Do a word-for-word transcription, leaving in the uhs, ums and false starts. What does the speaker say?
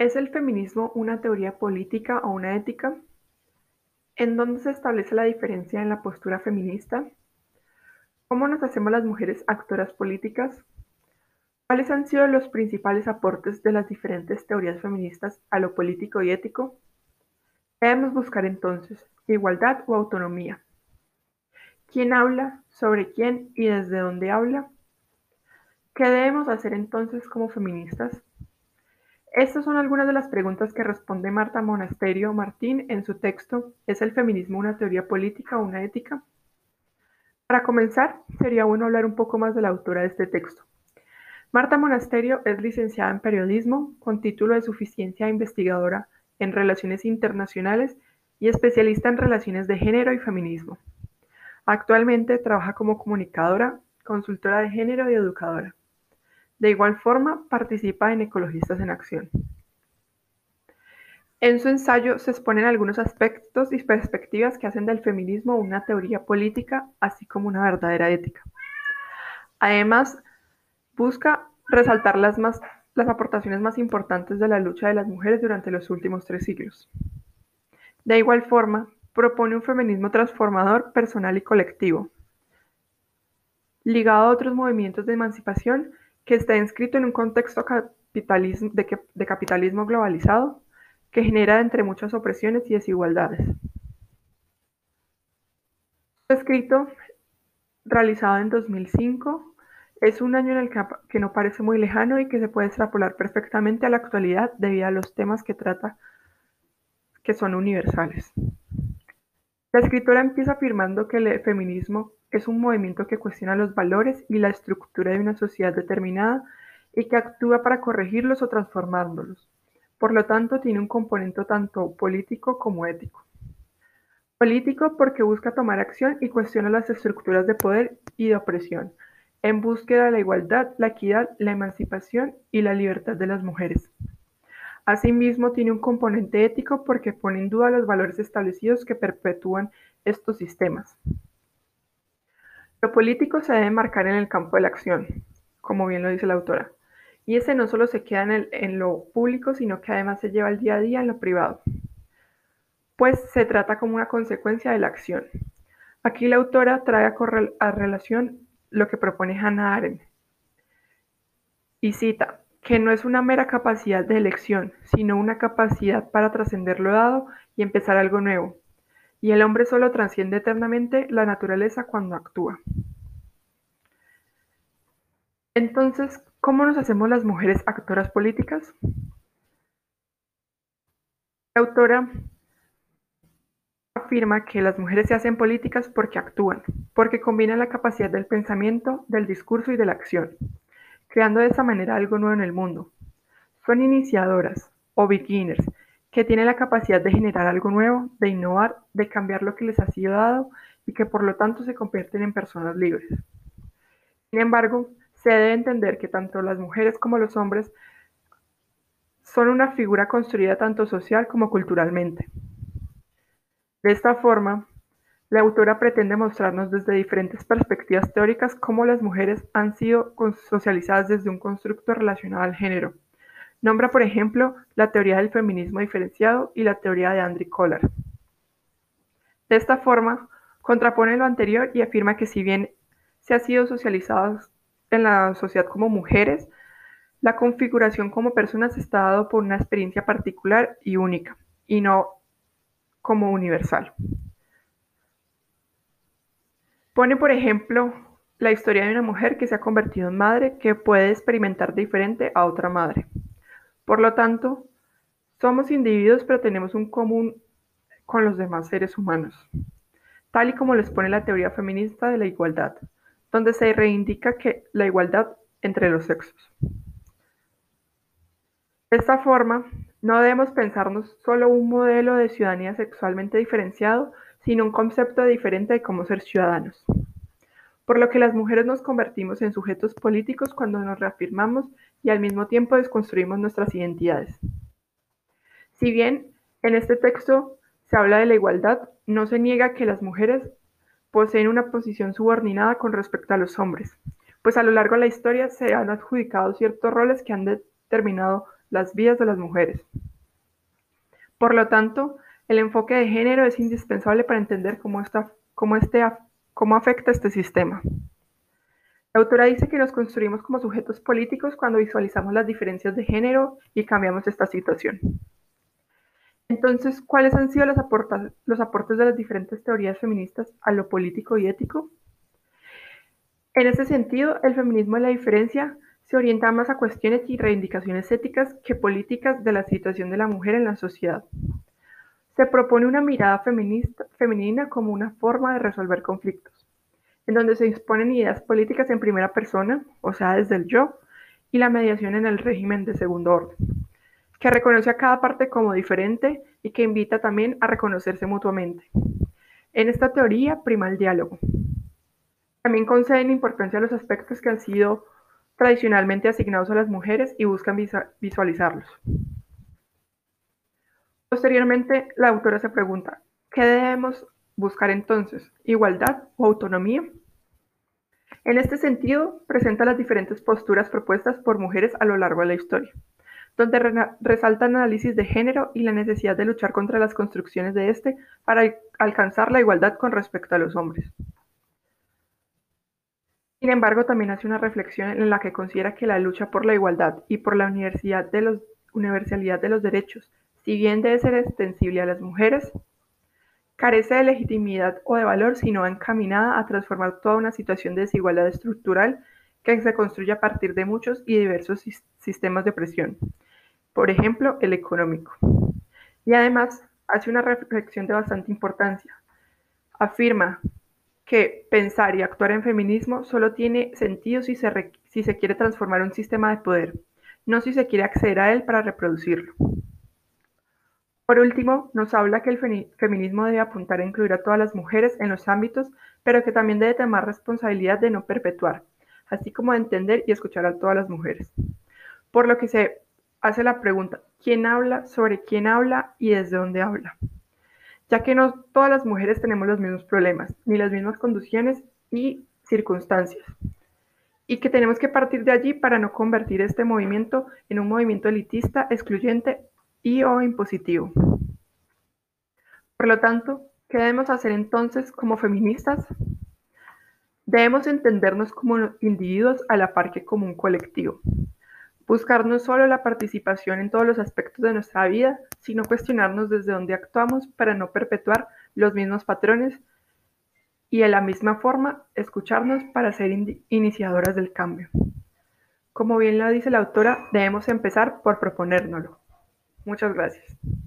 ¿Es el feminismo una teoría política o una ética? ¿En dónde se establece la diferencia en la postura feminista? ¿Cómo nos hacemos las mujeres actoras políticas? ¿Cuáles han sido los principales aportes de las diferentes teorías feministas a lo político y ético? ¿Qué debemos buscar entonces? ¿Igualdad o autonomía? ¿Quién habla? ¿Sobre quién? ¿Y desde dónde habla? ¿Qué debemos hacer entonces como feministas? Estas son algunas de las preguntas que responde Marta Monasterio Martín en su texto ¿Es el feminismo una teoría política o una ética? Para comenzar, sería bueno hablar un poco más de la autora de este texto. Marta Monasterio es licenciada en periodismo, con título de suficiencia investigadora en relaciones internacionales y especialista en relaciones de género y feminismo. Actualmente trabaja como comunicadora, consultora de género y educadora. De igual forma, participa en Ecologistas en Acción. En su ensayo se exponen algunos aspectos y perspectivas que hacen del feminismo una teoría política, así como una verdadera ética. Además, busca resaltar las, más, las aportaciones más importantes de la lucha de las mujeres durante los últimos tres siglos. De igual forma, propone un feminismo transformador, personal y colectivo, ligado a otros movimientos de emancipación que está inscrito en un contexto capitalismo, de, que, de capitalismo globalizado que genera entre muchas opresiones y desigualdades. Su escrito, realizado en dos mil cinco, es un año en el que, que no parece muy lejano y que se puede extrapolar perfectamente a la actualidad debido a los temas que trata, que son universales. La escritora empieza afirmando que el feminismo es un movimiento que cuestiona los valores y la estructura de una sociedad determinada y que actúa para corregirlos o transformándolos. Por lo tanto, tiene un componente tanto político como ético. Político porque busca tomar acción y cuestiona las estructuras de poder y de opresión, en búsqueda de la igualdad, la equidad, la emancipación y la libertad de las mujeres. Asimismo, tiene un componente ético porque pone en duda los valores establecidos que perpetúan estos sistemas. Lo político se debe marcar en el campo de la acción, como bien lo dice la autora, y ese no solo se queda en, el, en lo público, sino que además se lleva al día a día en lo privado, pues se trata como una consecuencia de la acción. Aquí la autora trae a, a relación lo que propone Hannah Arendt, y cita, que no es una mera capacidad de elección, sino una capacidad para trascender lo dado y empezar algo nuevo. Y el hombre solo trasciende eternamente la naturaleza cuando actúa. Entonces, ¿cómo nos hacemos las mujeres actoras políticas? La autora afirma que las mujeres se hacen políticas porque actúan, porque combinan la capacidad del pensamiento, del discurso y de la acción, creando de esa manera algo nuevo en el mundo. Son iniciadoras o beginners que tienen la capacidad de generar algo nuevo, de innovar, de cambiar lo que les ha sido dado y que por lo tanto se convierten en personas libres. Sin embargo, se debe entender que tanto las mujeres como los hombres son una figura construida tanto social como culturalmente. De esta forma, la autora pretende mostrarnos desde diferentes perspectivas teóricas cómo las mujeres han sido socializadas desde un constructo relacionado al género. Nombra, por ejemplo, la teoría del feminismo diferenciado y la teoría de Andrew Collar. De esta forma, contrapone lo anterior y afirma que si bien se ha sido socializadas en la sociedad como mujeres, la configuración como personas está dado por una experiencia particular y única, y no como universal. Pone, por ejemplo, la historia de una mujer que se ha convertido en madre que puede experimentar diferente a otra madre. Por lo tanto, somos individuos pero tenemos un común con los demás seres humanos, tal y como lo expone la teoría feminista de la igualdad, donde se reivindica que la igualdad entre los sexos. De esta forma, no debemos pensarnos solo un modelo de ciudadanía sexualmente diferenciado, sino un concepto diferente de cómo ser ciudadanos. Por lo que las mujeres nos convertimos en sujetos políticos cuando nos reafirmamos y al mismo tiempo desconstruimos nuestras identidades. Si bien en este texto se habla de la igualdad, no se niega que las mujeres poseen una posición subordinada con respecto a los hombres, pues a lo largo de la historia se han adjudicado ciertos roles que han determinado las vidas de las mujeres. Por lo tanto, el enfoque de género es indispensable para entender cómo, esta, cómo, este, cómo afecta este sistema. La autora dice que nos construimos como sujetos políticos cuando visualizamos las diferencias de género y cambiamos esta situación. Entonces, ¿cuáles han sido los, aporta, los aportes de las diferentes teorías feministas a lo político y ético? En este sentido, el feminismo de la diferencia se orienta más a cuestiones y reivindicaciones éticas que políticas de la situación de la mujer en la sociedad. Se propone una mirada feminista, femenina como una forma de resolver conflictos, en donde se exponen ideas políticas en primera persona, o sea, desde el yo, y la mediación en el régimen de segundo orden, que reconoce a cada parte como diferente y que invita también a reconocerse mutuamente. En esta teoría prima el diálogo. También conceden importancia a los aspectos que han sido tradicionalmente asignados a las mujeres y buscan visualizarlos. Posteriormente, la autora se pregunta, ¿qué debemos buscar entonces? ¿Igualdad o autonomía? En este sentido, presenta las diferentes posturas propuestas por mujeres a lo largo de la historia, donde re resalta el análisis de género y la necesidad de luchar contra las construcciones de este para alcanzar la igualdad con respecto a los hombres. Sin embargo, también hace una reflexión en la que considera que la lucha por la igualdad y por la universidad de los, universalidad de los derechos, si bien debe ser extensible a las mujeres, carece de legitimidad o de valor si no va encaminada a transformar toda una situación de desigualdad estructural que se construye a partir de muchos y diversos sistemas de opresión, por ejemplo, el económico. Y además hace una reflexión de bastante importancia. Afirma que pensar y actuar en feminismo solo tiene sentido si se, si se quiere transformar un sistema de poder, no si se quiere acceder a él para reproducirlo. Por último, nos habla que el feminismo debe apuntar a incluir a todas las mujeres en los ámbitos, pero que también debe tomar responsabilidad de no perpetuar, así como de entender y escuchar a todas las mujeres. Por lo que se hace la pregunta, ¿quién habla, sobre quién habla y desde dónde habla? Ya que no todas las mujeres tenemos los mismos problemas, ni las mismas condiciones y circunstancias, y que tenemos que partir de allí para no convertir este movimiento en un movimiento elitista, excluyente y o impositivo. Por lo tanto, ¿qué debemos hacer entonces como feministas? Debemos entendernos como individuos a la par que como un colectivo. Buscar no solo la participación en todos los aspectos de nuestra vida, sino cuestionarnos desde dónde actuamos para no perpetuar los mismos patrones y de la misma forma escucharnos para ser in- iniciadoras del cambio. Como bien lo dice la autora, debemos empezar por proponérnoslo. Muchas gracias.